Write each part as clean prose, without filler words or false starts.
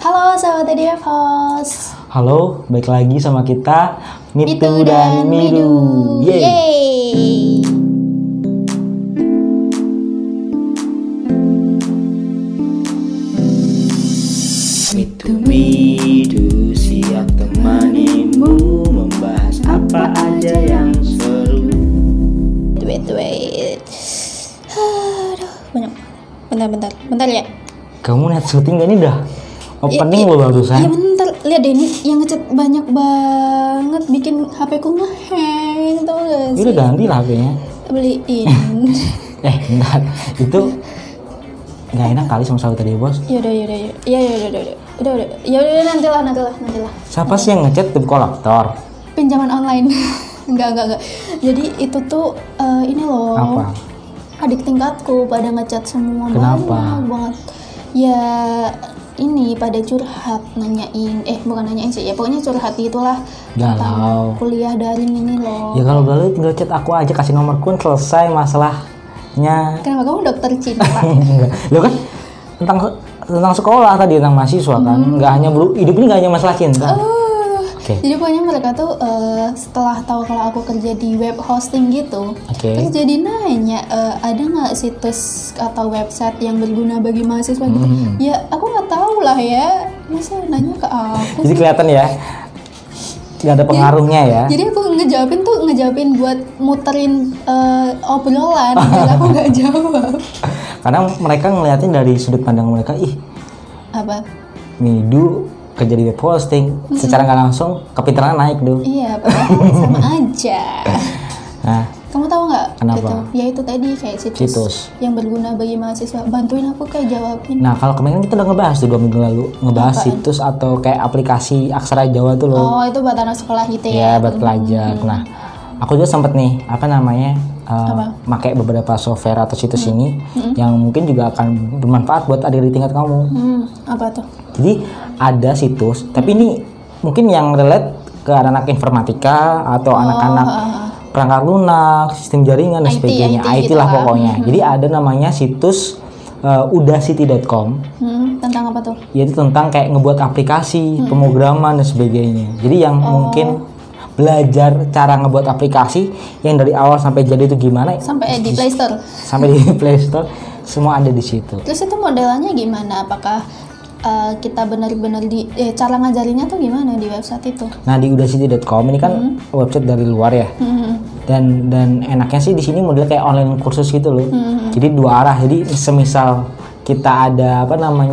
Halo sahabat EDF Host. Halo, balik lagi sama kita Mitu dan Midu. Yeay. Mitu Midu siap temanimu membahas apa aja yang seru. Wait. Aduh, banyak. Bentar ya. Kamu lihat syuting gak nih dah? Opening lo barusan. Iya bentar, lihat deh ini yang ngechat banyak banget bikin HP ku nge-hang, tau gak sih? Udah ganti lah HP-nya. Beliin. Bentar. Itu gak enak kali sama sahabat tadi bos. Yaudah. Yaudah, nantilah. Siapa sih yang ngechat tuh kolektor? Pinjaman online. Enggak. Jadi itu tuh ini loh. Apa? Adik tingkatku pada ngechat semua. Kenapa? Banyak banget. Ya ini pada curhat bukan nanyain sih ya, pokoknya curhat gitulah Galau. tentang kuliah daring ini loh. Ya kalau galau tinggal chat aku aja, kasih nomorku, selesai masalahnya. Kenapa kamu dokter cinta? Enggak. Lo kan tentang sekolah tadi, tentang mahasiswa kan. Enggak hanya hidup ini enggak hanya masalah cinta. Okay. Jadi pokoknya mereka tuh setelah tahu kalau aku kerja di web hosting gitu, terus jadi nanya ada nggak situs atau website yang berguna bagi mahasiswa gitu. Ya aku nggak tahu lah ya, masa nanya ke aku. Jadi kelihatan ya, nggak ada pengaruhnya ya. Jadi aku ngejawabin buat muterin obrolan, dan aku nggak jawab. Karena mereka ngeliatin dari sudut pandang mereka, Apa? Midu kerja di web hosting, secara nggak langsung kepintaran naik dong. Iya, padahal sama aja. Nah, Kamu tahu nggak? Kenapa? Gitu. Ya itu tadi kayak situs yang berguna bagi mahasiswa. Bantuin aku kayak jawabin. nah kalau kemarin kita udah ngebahas tuh 2 minggu lalu, ngebahas Apaan? situs atau kayak aplikasi aksara Jawa tuh loh. Oh, itu buat anak sekolah gitu Ya, ya? buat pelajar. Nah, aku juga sempet nih, pakai beberapa software atau situs ini yang mungkin juga akan bermanfaat buat adik di tingkat kamu. Apa tuh? Jadi ada situs, tapi ini mungkin yang relate ke anak-anak informatika atau anak-anak perangkat lunak, sistem jaringan dan sebagainya. IT lah pokoknya. Jadi ada namanya situs udacity.com. Tentang apa tuh? Yaitu tentang kayak ngebuat aplikasi, pemrograman dan sebagainya. Jadi yang mungkin belajar cara ngebuat aplikasi yang dari awal sampai jadi itu gimana? Sampai di Play Store. Sampai di Play Store, semua ada di situ. Terus itu modelannya gimana? Apakah kita benar-benar cara ngajarinnya tuh gimana di website itu? Nah, di udacity.com ini kan website dari luar ya. Dan enaknya sih di sini model kayak online kursus gitu loh. Jadi 2 arah. Jadi semisal kita ada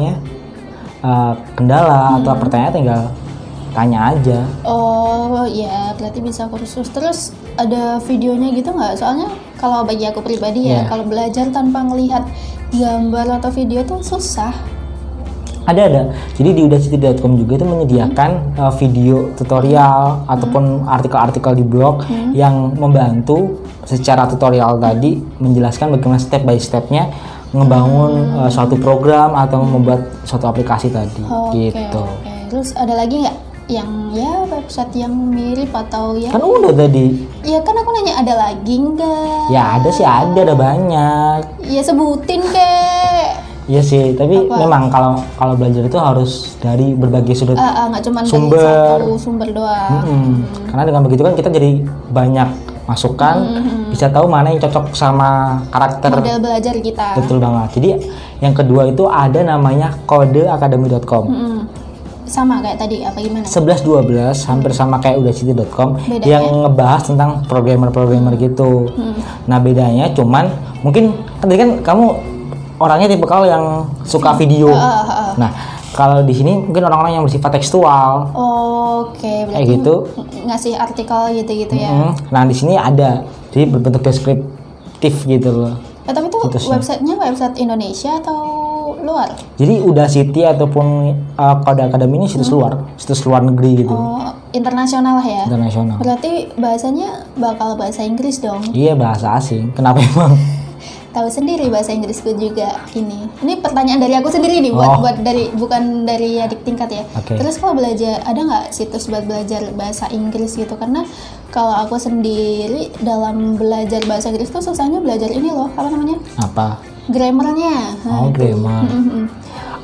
kendala atau pertanyaan, tinggal tanya aja. Oh ya, berarti bisa kursus. Terus ada videonya gitu nggak? Soalnya kalau bagi aku pribadi ya, kalau belajar tanpa ngelihat gambar atau video tuh susah. Ada. Jadi di udacity.com juga itu menyediakan video tutorial ataupun artikel-artikel di blog yang membantu secara tutorial tadi menjelaskan bagaimana step by stepnya ngebangun suatu program atau membuat suatu aplikasi tadi. Gitu. Terus ada lagi nggak yang website yang mirip atau yang? Kan udah tadi. Ya kan aku nanya ada lagi nggak? Ya ada sih, ada banyak. Ya sebutin kek. Iya sih, tapi memang kalau belajar itu harus dari berbagai sudut nggak cuma sumber. dari satu sumber doang. Karena dengan begitu kan kita jadi banyak masukan, bisa tahu mana yang cocok sama karakter model belajar kita. Betul banget. Jadi yang kedua itu ada namanya kodeakademi.com. Sama kayak tadi apa gimana? 11-12 hampir sama kayak udacity.com yang ngebahas tentang programmer gitu. Nah bedanya cuman mungkin tadi kan kamu orangnya tipe kalau yang suka video. Nah kalau di sini mungkin orang-orang yang bersifat tekstual. Oke, berarti kayak gitu. Ngasih artikel gitu ya. Nah di sini ada, jadi berbentuk deskriptif gitu loh. Tapi itu websitenya website Indonesia atau luar? Jadi Udacity ataupun Kode Akademi ini situs luar negeri gitu. Oh, internasional lah ya? Internasional. Berarti bahasanya bakal bahasa Inggris dong? Iya, bahasa asing. Kenapa emang? Tahu sendiri bahasa Inggrisku juga ini. Ini pertanyaan dari aku sendiri nih, bukan dari adik tingkat ya. Terus kalau belajar, ada nggak situs buat belajar bahasa Inggris gitu? Karena kalau aku sendiri dalam belajar bahasa Inggris tuh susahnya belajar ini loh, apa namanya? Apa? Grammarnya. Oh, grammar.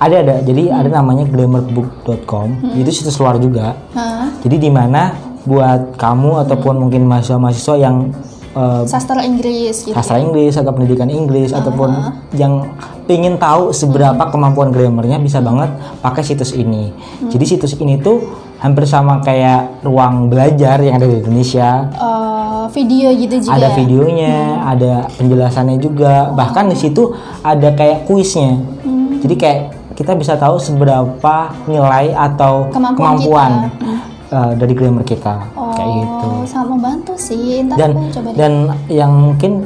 Ada. Jadi ada namanya glamourbook.com. Itu situs luar juga. Jadi di mana buat kamu ataupun mungkin mahasiswa-mahasiswa yang sastra Inggris gitu. Sastra Inggris atau pendidikan Inggris ataupun yang ingin tahu seberapa kemampuan grammarnya, bisa banget pakai situs ini. Jadi situs ini tuh hampir sama kayak ruang belajar yang ada di Indonesia. Video gitu juga. Ada videonya, ada penjelasannya juga. Bahkan di situ ada kayak kuisnya. Jadi kayak kita bisa tahu seberapa nilai atau kemampuan dari grammar kita. Kayak gitu. Sangat membantu sih. Dan aku coba yang mungkin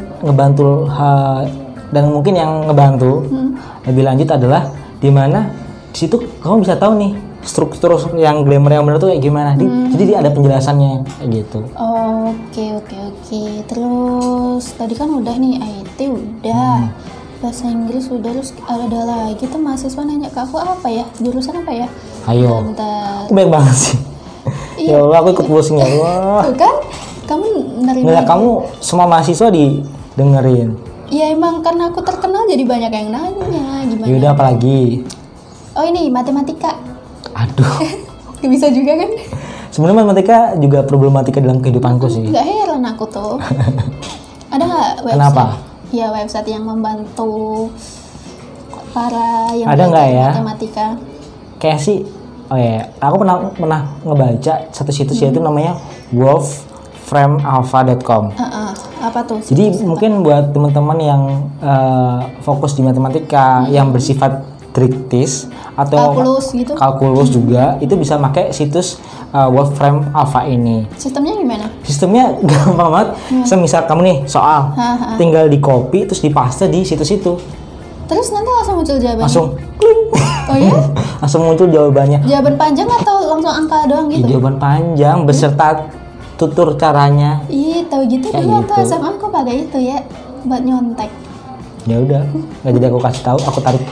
ngebantu lebih lanjut adalah di mana di situ kamu bisa tahu nih struktur yang grammar yang benar tuh kayak gimana. Jadi ada penjelasannya kayak gitu. Oke. Terus tadi kan udah nih IT udah. Bahasa Inggris udah, terus ada lagi tuh mahasiswa nanya ke aku apa ya? Jurusan apa ya? Ayo. Bentar. Baik banget sih. Ya Allah, aku ikut pusing ya. Wah. Tuh kan kamu nerima. Nggak, kamu semua mahasiswa didengerin. Iya emang karena aku terkenal jadi banyak yang nanya gimana. Yaudah apalagi? Oh ini matematika. Aduh. Bisa juga kan? Sebenarnya matematika juga problematika dalam kehidupanku sih. Gak heran aku tuh. Ada nggak website? Kenapa? Ya website yang membantu para yang ada nggak ya? Matematika. Kayak sih, aku pernah ngebaca satu situs yaitu namanya wolframealpha.com. Apa tuh? Jadi mungkin buat teman-teman yang fokus di matematika yang bersifat kritis atau kalkulus juga, itu bisa pakai situs Wolfram Alpha ini. Sistemnya gimana? Sistemnya gampang banget. Semisal kamu nih soal, tinggal di copy terus dipaste di situs itu. Terus nanti langsung muncul jawabannya? Langsung kling. Oh ya? Langsung muncul jawabannya. Jawaban panjang atau langsung angka doang gitu? Jawaban panjang beserta tutur caranya. Iya, tahu gitu dulu waktu SMA aku pakai itu ya buat nyontek. Ya udah, nggak jadi aku kasih tahu, aku tarik.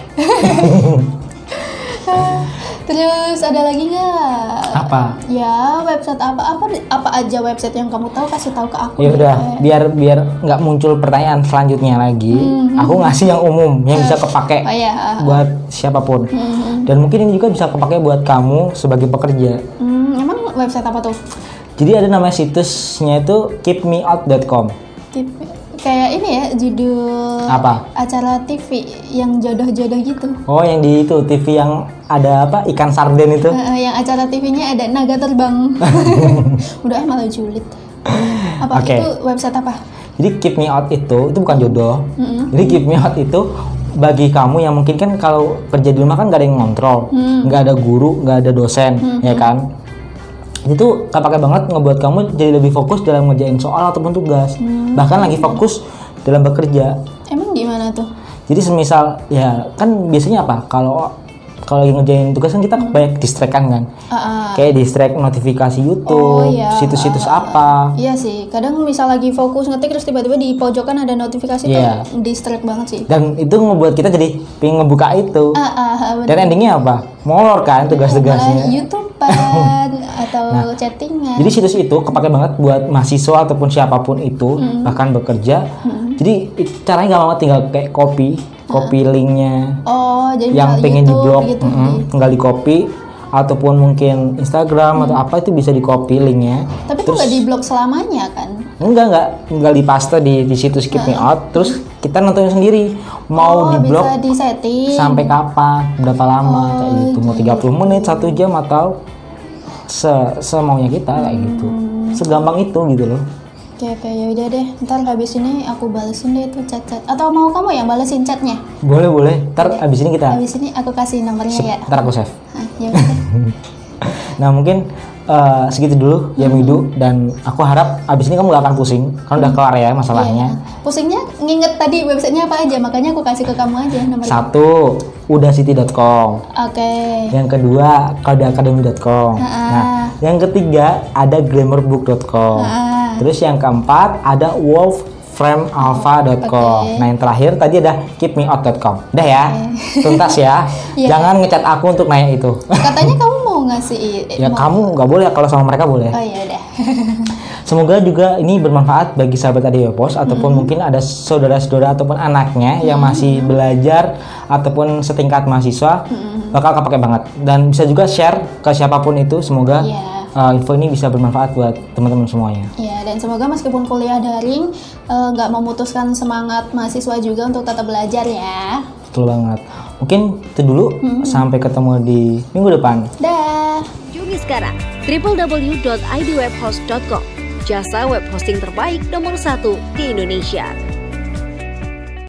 Terus ada lagi nggak? Apa? Ya website apa aja website yang kamu tahu kasih tahu ke aku. Ya udah, biar nggak muncul pertanyaan selanjutnya lagi. Aku ngasih yang umum yang bisa kepake buat siapapun. Dan mungkin ini juga bisa kepake buat kamu sebagai pekerja. Emang website apa tuh? Jadi ada nama situsnya itu keepmeout.com. Kayak ini ya judul apa? Acara TV yang jodoh-jodoh gitu. Oh, yang di itu TV yang ada apa? Ikan sarden itu. Yang acara TV-nya ada naga terbang. Udah malah julid. Apa itu website apa? Jadi Keep Me Out itu bukan jodoh. Jadi Keep Me Out itu bagi kamu yang mungkin kan kalau kerja di rumah kan gak ada yang ngontrol, nggak ada guru, nggak ada dosen, ya kan? Itu kepake banget ngebuat kamu jadi lebih fokus dalam ngerjain soal ataupun tugas. Bahkan lagi fokus dalam bekerja. Emang gimana tuh? Jadi semisal ya kan biasanya apa? Kalau lagi ngerjain tugas kan kita banyak distract kan. Kayak distract notifikasi YouTube, situs-situs apa. Iya sih, kadang misal lagi fokus ngetik terus tiba-tiba di pojokan ada notifikasi tuh distract banget sih. Dan itu ngebuat kita jadi pengen ngebuka itu. Dan endingnya apa? Molor kan tugas-tugasnya. YouTube-an atau chattingan. Jadi situs itu kepake banget buat mahasiswa ataupun siapapun itu, bahkan bekerja. Jadi caranya gampang banget, tinggal kayak copy linknya. Jadi yang pengen di-blog gitu, tinggal di-copy, ataupun mungkin Instagram atau apa itu bisa di-copy linknya. Tapi itu nggak di-blog selamanya kan? Enggak dipaste di situs Keep Me Out, terus kita nonton sendiri mau di-blog bisa di-setting sampai kapan, berapa lama kayak gitu. Mau 30 menit, 1 jam atau semaunya kita kayak gitu. Segampang itu gitu loh. Oke, ya udah deh. Ntar habis ini aku balesin deh tuh chat-chat. Atau mau kamu yang balesin chatnya? Boleh. Ntar habis ini kita. Habis ini aku kasih nomornya ya. Ntar aku save. Ya udah. Nah mungkin segitu dulu ya Midu, dan aku harap abis ini kamu gak akan pusing kan udah kelar ya masalahnya. Pusingnya nginget tadi websitenya apa aja, makanya aku kasih ke kamu aja nomornya. 1 udacity.com. Yang kedua codeacademy.com. Nah yang ketiga ada glamourbook.com. Terus yang keempat ada wolframealpha.com. Nah yang terakhir tadi ada keepmeout.com. Udah ya, tuntas ya. Jangan ngecat aku untuk nanya itu. Katanya kamu mau ngasih ya kamu nggak boleh, kalau sama mereka boleh. Oh ya udah. Semoga juga ini bermanfaat bagi sahabat Adi Webpos ataupun mungkin ada saudara-saudara ataupun anaknya yang masih belajar ataupun setingkat mahasiswa, bakal kepake banget. Dan bisa juga share ke siapapun itu. Semoga info ini bisa bermanfaat buat teman-teman semuanya. Iya, dan semoga meskipun kuliah daring nggak memutuskan semangat mahasiswa juga untuk tetap belajar ya. Betul banget. Mungkin itu dulu. Sampai ketemu di minggu depan. Dah. Kunjungi sekarang www.idwebhost.com, jasa web hosting terbaik nomor 1 di Indonesia.